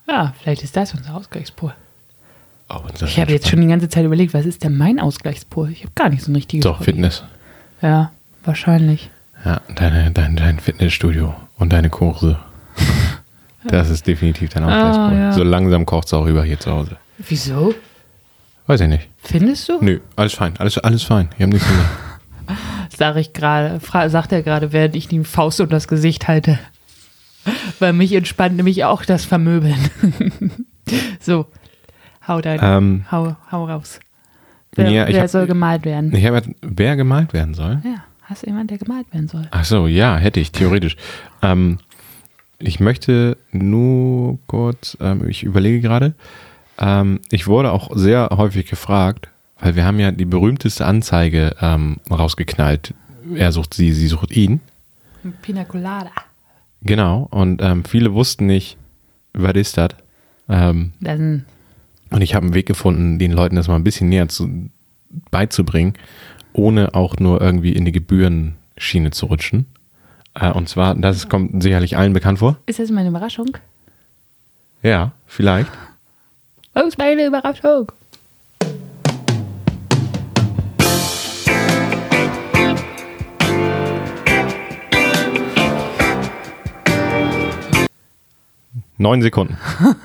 Ja, vielleicht ist das unser Ausgleichspol. Oh, das Ich habe jetzt schon die ganze Zeit überlegt, was ist denn mein Ausgleichspol? Ich habe gar nicht so ein richtiges Doch, Hobby. Fitness. Ja, wahrscheinlich. Ja, deine, dein, dein Fitnessstudio und deine Kurse. Das ist definitiv dein Ausgleichspol. Ah, ja. So langsam kocht es auch rüber hier zu Hause. Wieso? Weiß ich nicht. Findest du? Nö, alles fein. Alles, alles fein. Ich habe nichts gesagt. Sag ich gerade, fra- sagt er gerade, während ich die Faust unter das Gesicht halte. Weil mich entspannt nämlich auch das Vermöbeln. So, hau dein, Ähm, hau, hau raus. Wer, ja, ich wer hab- soll gemalt werden? Ich habe, wer gemalt werden soll? Ja, hast du jemanden, der gemalt werden soll? Ach so, ja, hätte ich, theoretisch. ähm, ich möchte nur kurz, ähm, ich überlege gerade, ähm, ich wurde auch sehr häufig gefragt, weil wir haben ja die berühmteste Anzeige ähm, rausgeknallt. Er sucht sie, sie sucht ihn. Pina Colada. Genau, und ähm, viele wussten nicht, was ist das? Ähm, Dann, und ich habe einen Weg gefunden, den Leuten das mal ein bisschen näher zu, beizubringen, ohne auch nur irgendwie in die Gebührenschiene zu rutschen. Äh, und zwar, das kommt sicherlich allen bekannt vor. ist das meine Überraschung? Ja, vielleicht. Was ist meine Überraschung? Neun Sekunden.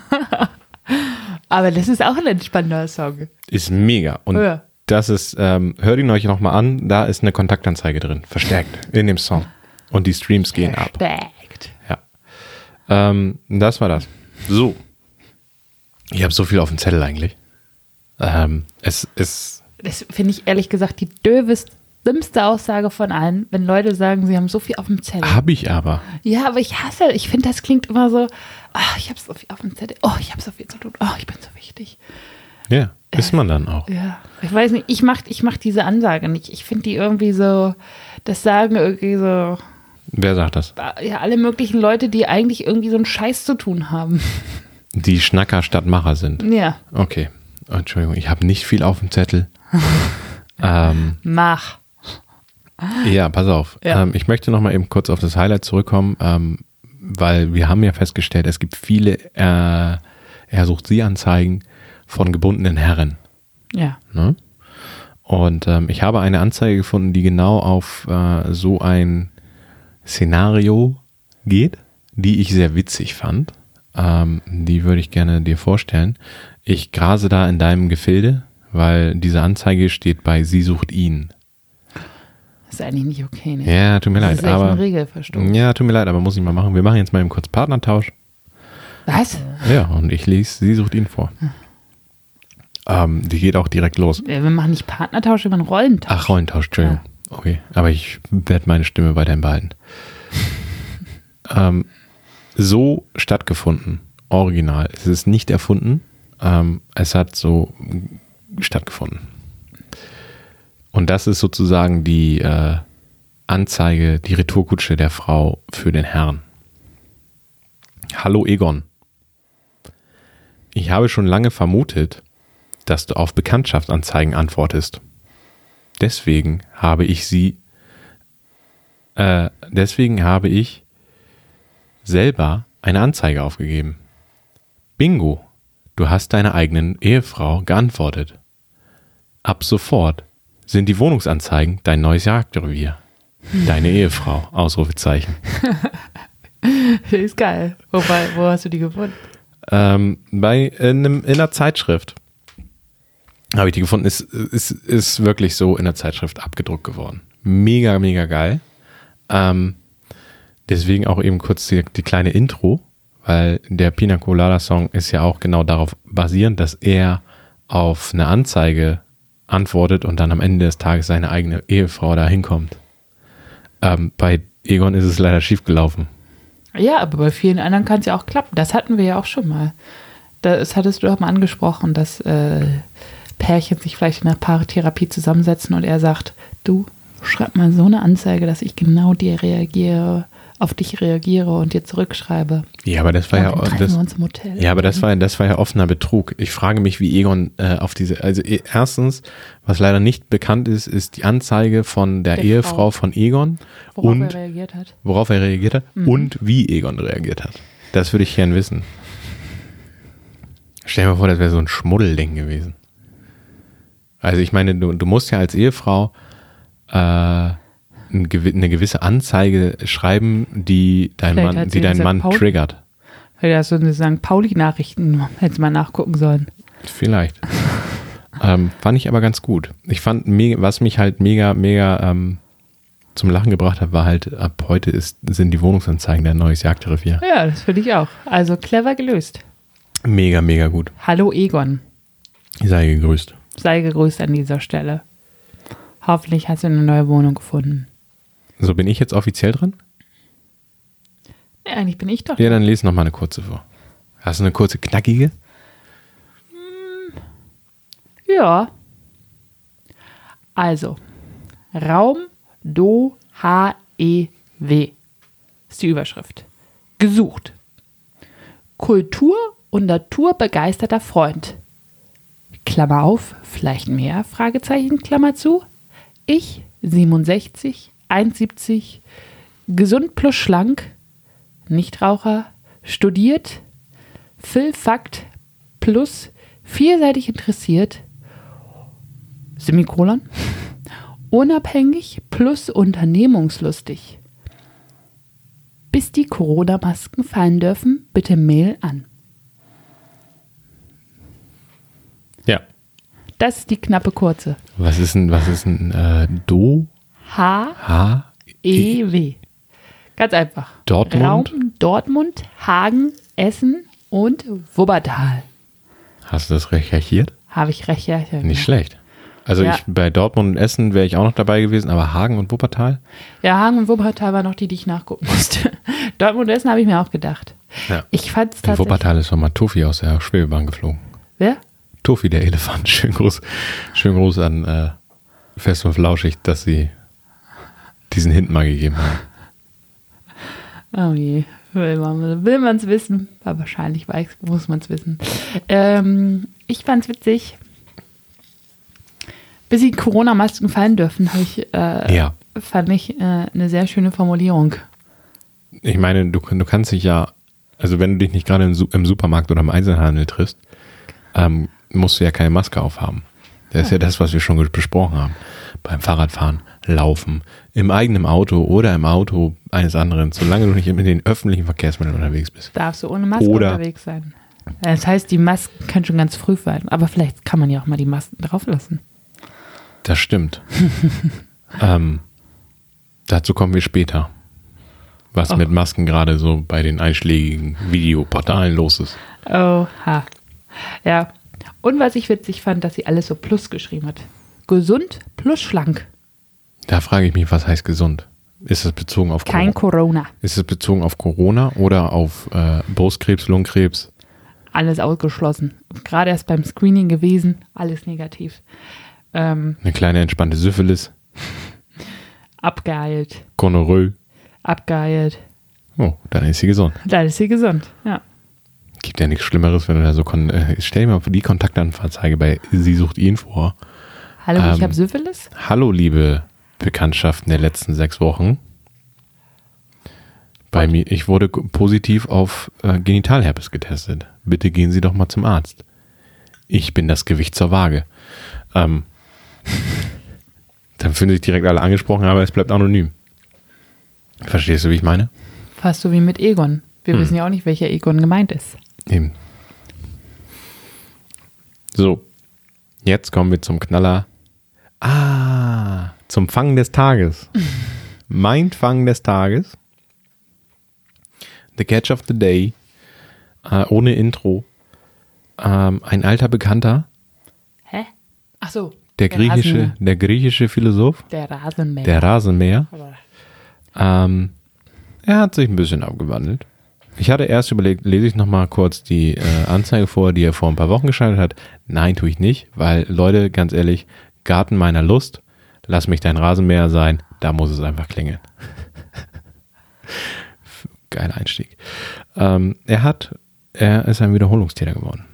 Aber das ist auch ein entspannender Song. Ist mega. Und Ja. das ist, ähm, hört ihn euch nochmal an, da ist eine Kontaktanzeige drin, verstärkt in dem Song. Und die Streams gehen ab. Respekt. Ja. Ähm, das war das. So. Ich habe so viel auf dem Zettel eigentlich. Ähm, es ist, Das finde ich ehrlich gesagt die döveste, dümmste Aussage von allen, wenn Leute sagen, sie haben so viel auf dem Zettel. habe ich aber. Ja, aber ich hasse, ich finde, das klingt immer so, ach, ich habe so viel auf dem Zettel, oh, ich habe so viel zu tun, oh, ich bin so wichtig. Ja, ist man dann auch. Ja, ich weiß nicht, ich mach, ich mach diese Ansage nicht. Ich finde die irgendwie so, das sagen irgendwie so, Wer sagt das? ja, alle möglichen Leute, die eigentlich irgendwie so einen Scheiß zu tun haben. Die Schnacker statt Macher sind. Ja, Okay. Entschuldigung, ich habe nicht viel auf dem Zettel. ähm, mach. ja, pass auf. Ja. Ähm, ich möchte noch mal eben kurz auf das Highlight zurückkommen, ähm, weil wir haben ja festgestellt, es gibt viele äh, Er sucht sie Anzeigen von gebundenen Herren. Ja. Ne? Und ähm, ich habe eine Anzeige gefunden, die genau auf äh, so ein Szenario geht, die ich sehr witzig fand. Ähm, die würde ich gerne dir vorstellen. Ich grase da in deinem Gefilde, weil diese Anzeige steht bei Sie sucht ihn. Das ist eigentlich nicht okay, ne? Ja, tut mir Das leid, ist echt aber ein Regelverstoß. ja, tut mir leid, aber muss ich mal machen. Wir machen jetzt mal eben kurz Partnertausch. Was? Ja, und ich lese Sie sucht ihn vor. Ähm, die geht auch direkt los. Ja, wir machen nicht Partnertausch, wir machen Rollentausch. Ach, Rollentausch, Entschuldigung. Okay, aber ich werde meine Stimme weiterhin behalten. ähm, so stattgefunden, original. Es ist nicht erfunden, ähm, es hat so stattgefunden. Und das ist sozusagen die äh, Anzeige, die Retourkutsche der Frau für den Herrn. Hallo Egon. Ich habe schon lange vermutet, dass du auf Bekanntschaftsanzeigen antwortest. Deswegen habe ich sie, äh, deswegen habe ich selber eine Anzeige aufgegeben. Bingo, du hast deiner eigenen Ehefrau geantwortet. Ab sofort sind die Wohnungsanzeigen dein neues Jagdrevier. Deine Ehefrau, Ausrufezeichen. Ist geil. Wobei, wo hast du die gefunden? Ähm, bei in, einem, in einer Zeitschrift habe ich die gefunden. Ist, ist, ist wirklich so in der Zeitschrift abgedruckt geworden. Mega, mega geil. Ähm, deswegen auch eben kurz die, die kleine Intro, weil der Pina Colada Song ist ja auch genau darauf basierend, dass er auf eine Anzeige antwortet und dann am Ende des Tages seine eigene Ehefrau da hinkommt. Ähm, bei Egon ist es leider schief gelaufen. Ja, aber bei vielen anderen kann es ja auch klappen. Das hatten wir ja auch schon mal. Das hattest du doch mal angesprochen, dass äh, Pärchen sich vielleicht in der Paartherapie zusammensetzen und er sagt, du, schreib mal so eine Anzeige, dass ich genau dir reagiere, auf dich reagiere und dir zurückschreibe. Ja, aber das war Und ja, dann treffen das, wir uns im Hotel. ja, aber das war, das war ja offener Betrug. Ich frage mich, wie Egon äh, auf diese, also e- erstens, was leider nicht bekannt ist, ist die Anzeige von der, Der Ehefrau Frau. von Egon Worauf und er reagiert hat. worauf er reagiert hat und wie Egon reagiert hat. Das würde ich gern wissen. Stell dir mal vor, das wäre so ein Schmuddelding gewesen. Also ich meine, du, du musst ja als Ehefrau äh, ein gewi- eine gewisse Anzeige schreiben, die dein Vielleicht Mann, hat sie die deinen in Mann Sankt Pauli- triggert. Vielleicht hast du eine Sankt Pauli-Nachrichten, hättest mal nachgucken sollen. Vielleicht. ähm, fand ich aber ganz gut. Ich fand, mega, was mich halt mega, mega ähm, zum Lachen gebracht hat, war halt, ab heute ist, sind die Wohnungsanzeigen der neues Jagdrevier. Ja, das finde ich auch. Also clever gelöst. Mega, mega gut. Hallo Egon, Sei gegrüßt. sei gegrüßt an dieser Stelle. Hoffentlich hast du eine neue Wohnung gefunden. So, bin ich jetzt offiziell dran? Ja, eigentlich bin ich doch. Ja, dann lese noch mal eine kurze vor. Hast du eine kurze, knackige? Ja. Also, Raum Do H E W ist die Überschrift. Gesucht. Kultur- und naturbegeisterter Freund. Klammer auf, vielleicht mehr, Fragezeichen, Klammer zu. Ich, siebenundsechzig, eins Komma siebzig, gesund plus schlank, Nichtraucher, studiert, Füllfakt plus vielseitig interessiert, Semikolon, unabhängig plus unternehmungslustig. Bis die Corona-Masken fallen dürfen, bitte Mail an. Ja. Das ist die knappe kurze. Was ist ein, was ist ein äh, Do? H H? E W. Ganz einfach. Dortmund? Raum Dortmund, Hagen, Essen und Wuppertal. Hast du das recherchiert? Habe ich recht, ja. ja, Nicht ja. schlecht. Also Ja. ich bei Dortmund und Essen wäre ich auch noch dabei gewesen, aber Hagen und Wuppertal? Ja, Hagen und Wuppertal waren noch die, die ich nachgucken musste. Dortmund und Essen habe ich mir auch gedacht. Ja. Ich fand es In tatsächlich... Wuppertal ist schon mal Tofi aus der Schwebebahn geflogen. Wer? Tofi, der Elefant. Schön groß, schön groß an äh, Fest und Flauschig, dass sie diesen Hint mal gegeben haben. Oh je, will man will man's wissen? Aber wahrscheinlich weiß, muss man es wissen. Ähm, ich fand es witzig. Bis die Corona-Masken fallen dürfen, habe ich, äh, Ja. fand ich äh, eine sehr schöne Formulierung. Ich meine, du, du kannst dich ja, also wenn du dich nicht gerade im, Su- im Supermarkt oder im Einzelhandel triffst, ähm, musst du ja keine Maske aufhaben. Das ist ja das, was wir schon besprochen haben. Beim Fahrradfahren, Laufen, im eigenen Auto oder im Auto eines anderen, solange du nicht in den öffentlichen Verkehrsmitteln unterwegs bist. Darfst du ohne Maske Oder- unterwegs sein. Das heißt, die Masken können schon ganz früh fallen. Aber vielleicht kann man ja auch mal die Masken drauf lassen. Das stimmt. ähm, dazu kommen wir später. Was Och. mit Masken gerade so bei den einschlägigen Videoportalen los ist. Oha. Ja. Und was ich witzig fand, dass sie alles so plus geschrieben hat. Gesund plus schlank. Da frage ich mich, was heißt gesund? Ist es bezogen auf Kein Corona? Corona. Ist es bezogen auf Corona oder auf äh, Brustkrebs, Lungenkrebs? Alles ausgeschlossen. Gerade erst beim Screening gewesen. Alles negativ. Ähm, Eine kleine entspannte Syphilis, abgeheilt. Gonorrhoe. Abgeheilt. Oh, dann ist sie gesund. Dann ist sie gesund. Ja. Gibt ja nichts Schlimmeres, wenn du da so, kon äh, stell dir mal die Kontaktanzeige bei Sie sucht ihn vor. Hallo, Ähm, ich habe Syphilis. Hallo, liebe Bekanntschaften der letzten sechs Wochen. Bei mir, ich wurde g- positiv auf äh, Genitalherpes getestet. Bitte gehen Sie doch mal zum Arzt. Ich bin das Gewicht zur Waage. Ähm, dann fühlen sich direkt alle angesprochen, aber es bleibt anonym. Verstehst du, wie ich meine? Fast so wie mit Egon. Wir Hm. wissen ja auch nicht, welcher Egon gemeint ist. Eben. So, jetzt kommen wir zum Knaller. Ah, zum Fang des Tages. Mein Fang des Tages. The Catch of the Day. Äh, ohne Intro. Ähm, ein alter Bekannter, Hä? Ach so. der griechische, Rasenmäher. der griechische Philosoph, Der Rasenmäher. der Rasenmäher. Ähm, er hat sich ein bisschen abgewandelt. Ich hatte erst überlegt, lese ich nochmal kurz die äh, Anzeige vor, die er vor ein paar Wochen geschaltet hat. Nein, tue ich nicht, weil Leute, ganz ehrlich, Garten meiner Lust, lass mich dein Rasenmäher sein, da muss es einfach klingeln. Geiler Einstieg. Ähm, er hat, er ist ein Wiederholungstäter geworden.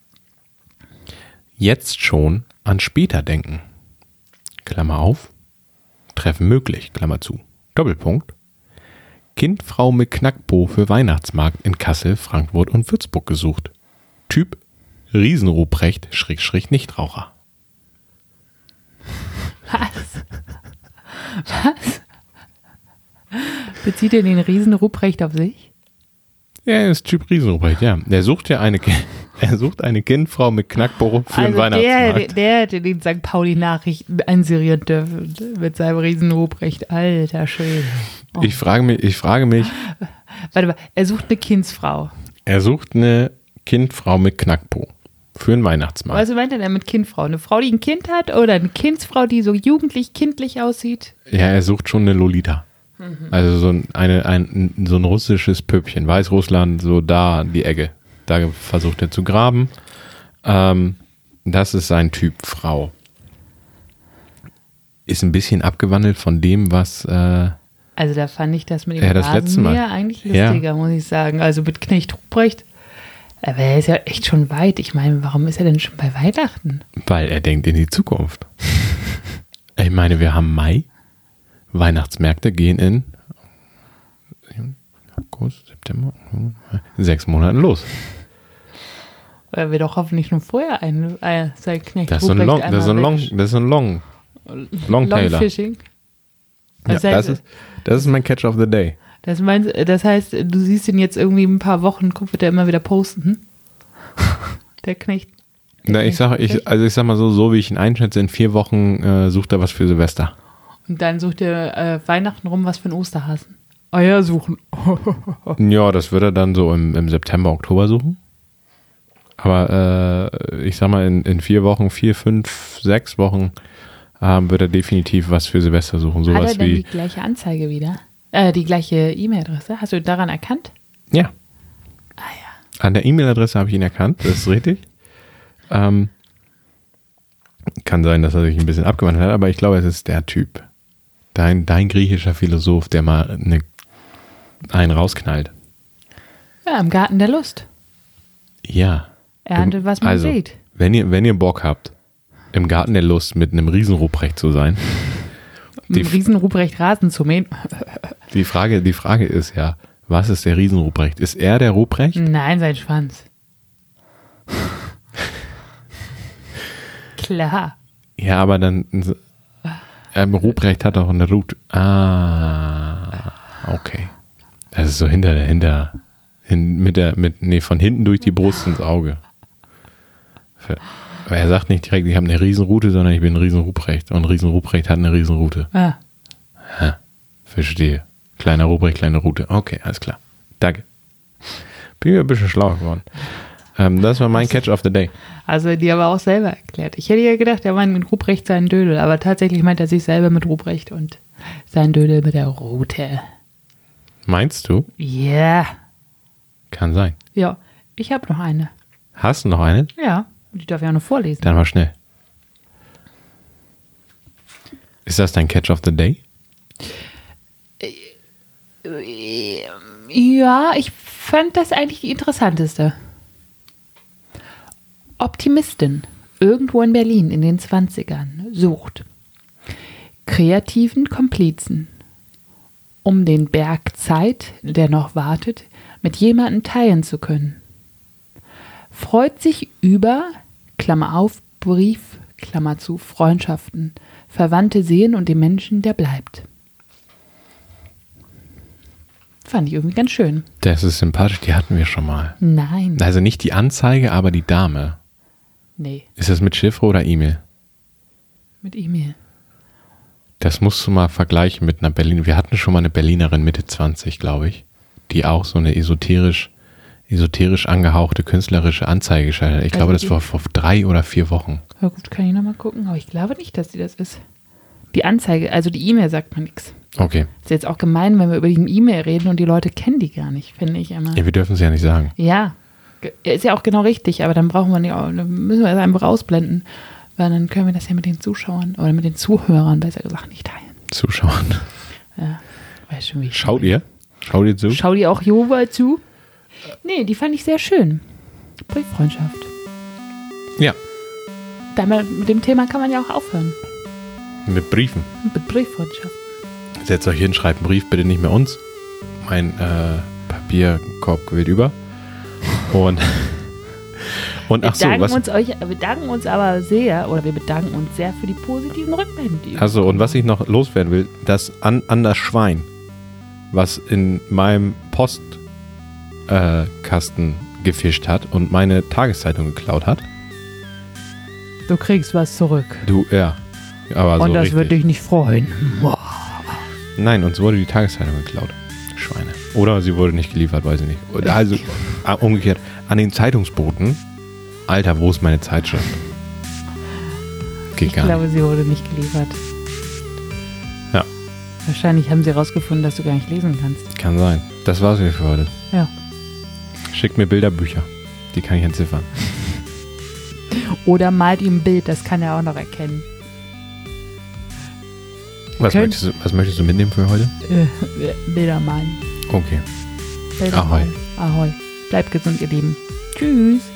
Jetzt schon an später denken. Klammer auf. Treffen möglich, Klammer zu. Doppelpunkt. Kind, Frau mit Knackpo für Weihnachtsmarkt in Kassel, Frankfurt und Würzburg gesucht. Typ Riesenruprecht, Schräg, Schräg, Nichtraucher. Was? Was? Bezieht ihr den Riesen-Ruprecht auf sich? Ja, er ist Typ Riesenruprecht, ja. Er sucht ja eine, er sucht eine Kindfrau mit Knackbauch für den Also der, Weihnachtsmarkt. der hätte den Sankt Pauli-Nachrichten einserieren dürfen mit seinem Riesen-Ruprecht. Alter Schwede. Oh. Ich frage mich, ich frage mich, Warte mal, er sucht eine Kindsfrau. er sucht eine Kindfrau mit Knackpo für den Weihnachtsmarkt. Was meint er denn mit Kindfrau? Eine Frau, die ein Kind hat oder eine Kindsfrau, die so jugendlich, kindlich aussieht? Ja, er sucht schon eine Lolita. Also so ein, eine, ein, so ein russisches Püppchen. Weißrussland, so da die Ecke. Da versucht er zu graben. Ähm, das ist sein Typ Frau. Ist ein bisschen abgewandelt von dem, was... Äh, Also da fand ich das mit dem Ja, das letzte Mal. Rasenmäher eigentlich lustiger, Ja. muss ich sagen. Also mit Knecht Ruprecht. Aber er ist ja echt schon weit. Ich meine, warum ist er denn schon bei Weihnachten? weil er denkt in die Zukunft. Ich meine, wir haben Mai. Weihnachtsmärkte gehen in August, September, sechs Monaten los. Weil wir doch hoffentlich schon vorher ein, äh, sein Knecht Das ist so ein Ruprecht Long, das ist so ein einmal Long, das ist so ein Long, Longtailer. Longfishing. Ja, Das das, heißt- ist, das ist mein Catch of the Day. Das, meinst, das heißt, du siehst ihn jetzt irgendwie in ein paar Wochen, guck, wird er immer wieder posten. Hm? Der Knecht. der Na, ich Knecht sag, Ruprecht. ich, also ich sag mal so, so wie ich ihn einschätze, in vier Wochen äh, sucht er was für Silvester. Und dann sucht er äh, Weihnachten rum was für einen Osterhasen. Eier suchen. Ja, das wird er dann so im, im September, Oktober suchen. Aber äh, ich sag mal, in, in vier Wochen, vier, fünf, sechs Wochen ähm, wird er definitiv was für Silvester suchen. Hat er Sowas denn wie. die gleiche Anzeige wieder? Äh, die gleiche E-Mail-Adresse? Hast du daran erkannt? Ja. Ah ja. An der E-Mail-Adresse habe ich ihn erkannt, das ist richtig. Ähm, kann sein, dass er sich ein bisschen abgewandelt hat, aber ich glaube, es ist der Typ. Dein, dein griechischer Philosoph, der mal eine, einen rausknallt. Ja, im Garten der Lust. Ja. Erntet, was man also, sieht. Wenn ihr, wenn ihr Bock habt, im Garten der Lust mit einem Riesenruprecht zu sein, Mit die, einem riesen Ruprecht Rasen zu mähen. die, Frage, die Frage ist ja, was ist der Riesenruprecht? Ist er der Ruprecht? Nein, sein Schwanz. Klar. Ja, aber dann ähm, Ruprecht hat auch eine Rute. Ah, okay. Das ist so hinter der, hinter, hin, mit der, mit, nee, von hinten durch die Brust ins Auge. Für, aber er sagt nicht direkt, ich habe eine Riesenrute, sondern ich bin ein Riesenruprecht. Und ein Riesenruprecht hat eine Riesenrute. Ah. Ja, verstehe. Kleiner Ruprecht, kleine Rute. Okay, alles klar. Danke. Bin ich ein bisschen schlauer geworden. Ähm, das war mein Catch of the Day. Also die aber auch selber erklärt. Ich hätte ja gedacht, er meint mit Ruprecht seinen Dödel, aber tatsächlich meint er sich selber mit Ruprecht und sein Dödel mit der Rute. Meinst du? Ja. Yeah. Kann sein. Ja, ich habe noch eine. Hast du noch eine? Ja, die darf ich auch noch vorlesen. Dann mal schnell. Ist das dein Catch of the Day? Ja, ich fand das eigentlich die interessanteste. Optimistin, irgendwo in Berlin in den zwanzigern, sucht kreativen Komplizen, um den Berg Zeit, der noch wartet, mit jemandem teilen zu können. Freut sich über, Klammer auf, Brief, Klammer zu, Freundschaften, Verwandte sehen und den Menschen, der bleibt. Fand ich irgendwie ganz schön. Das ist sympathisch, die hatten wir schon mal. Nein. Also nicht die Anzeige, aber die Dame. Nee, Ist das mit Chiffre oder E-Mail? mit E-Mail. Das musst du mal vergleichen mit einer Berliner. Wir hatten schon mal eine Berlinerin Mitte zwanzig, glaube ich, die auch so eine esoterisch, esoterisch angehauchte künstlerische Anzeige geschaltet hat. Ich glaube, das war vor drei oder vier Wochen. Na gut, kann ich nochmal gucken, aber ich glaube nicht, dass die das ist. Die Anzeige, also die E-Mail sagt mir nichts. Okay. Ist jetzt auch gemein, wenn wir über die E-Mail reden und die Leute kennen die gar nicht, finde ich immer. Ja, wir dürfen es ja nicht sagen. Ja, ge- ist ja auch genau richtig, aber dann brauchen wir nicht, auch- dann müssen wir es einfach ausblenden, weil dann können wir das ja mit den Zuschauern oder mit den Zuhörern besser gesagt nicht teilen. Zuschauen. Ja, weißt schon, wie ich Schaut ihr? Schaut ihr zu? Schau dir auch Jehova zu? Nee, die fand ich sehr schön. Brieffreundschaft. Ja. Damit, mit dem Thema kann man ja auch aufhören. Mit Briefen. Mit Brieffreundschaft. Setzt euch hin, schreibt einen Brief, bitte nicht mehr uns. Mein äh, Papierkorb quillt über. Und, Und Wir ach so, danken, was, uns euch, wir danken uns aber sehr, oder wir bedanken uns sehr für die positiven Rückmeldungen. die ihr also, und was ich noch loswerden will, dass an, an das Schwein, was in meinem Postkasten äh, Kasten gefischt hat und meine Tageszeitung geklaut hat. Du kriegst was zurück. Du, ja. Aber und so das richtig. wird dich nicht freuen. Boah. Nein, uns wurde die Tageszeitung geklaut. Schweine. Oder sie wurde nicht geliefert, weiß ich nicht. Oder also, ah, umgekehrt, an den Zeitungsboten. Alter, wo ist meine Zeitschrift? Geht Ich gar glaube, nicht. sie wurde nicht geliefert. Ja. Wahrscheinlich haben sie herausgefunden, dass du gar nicht lesen kannst. Kann sein. Das war's wieder für heute. Ja. Schickt mir Bilderbücher. Die kann ich entziffern. Oder malt ihm ein Bild, das kann er auch noch erkennen. Was Könnt- möchtest, du, was möchtest du mitnehmen für heute? Äh, Bilder malen. Okay. Bilder Ahoi. malen. Ahoi. Bleibt gesund, ihr Lieben. Tschüss.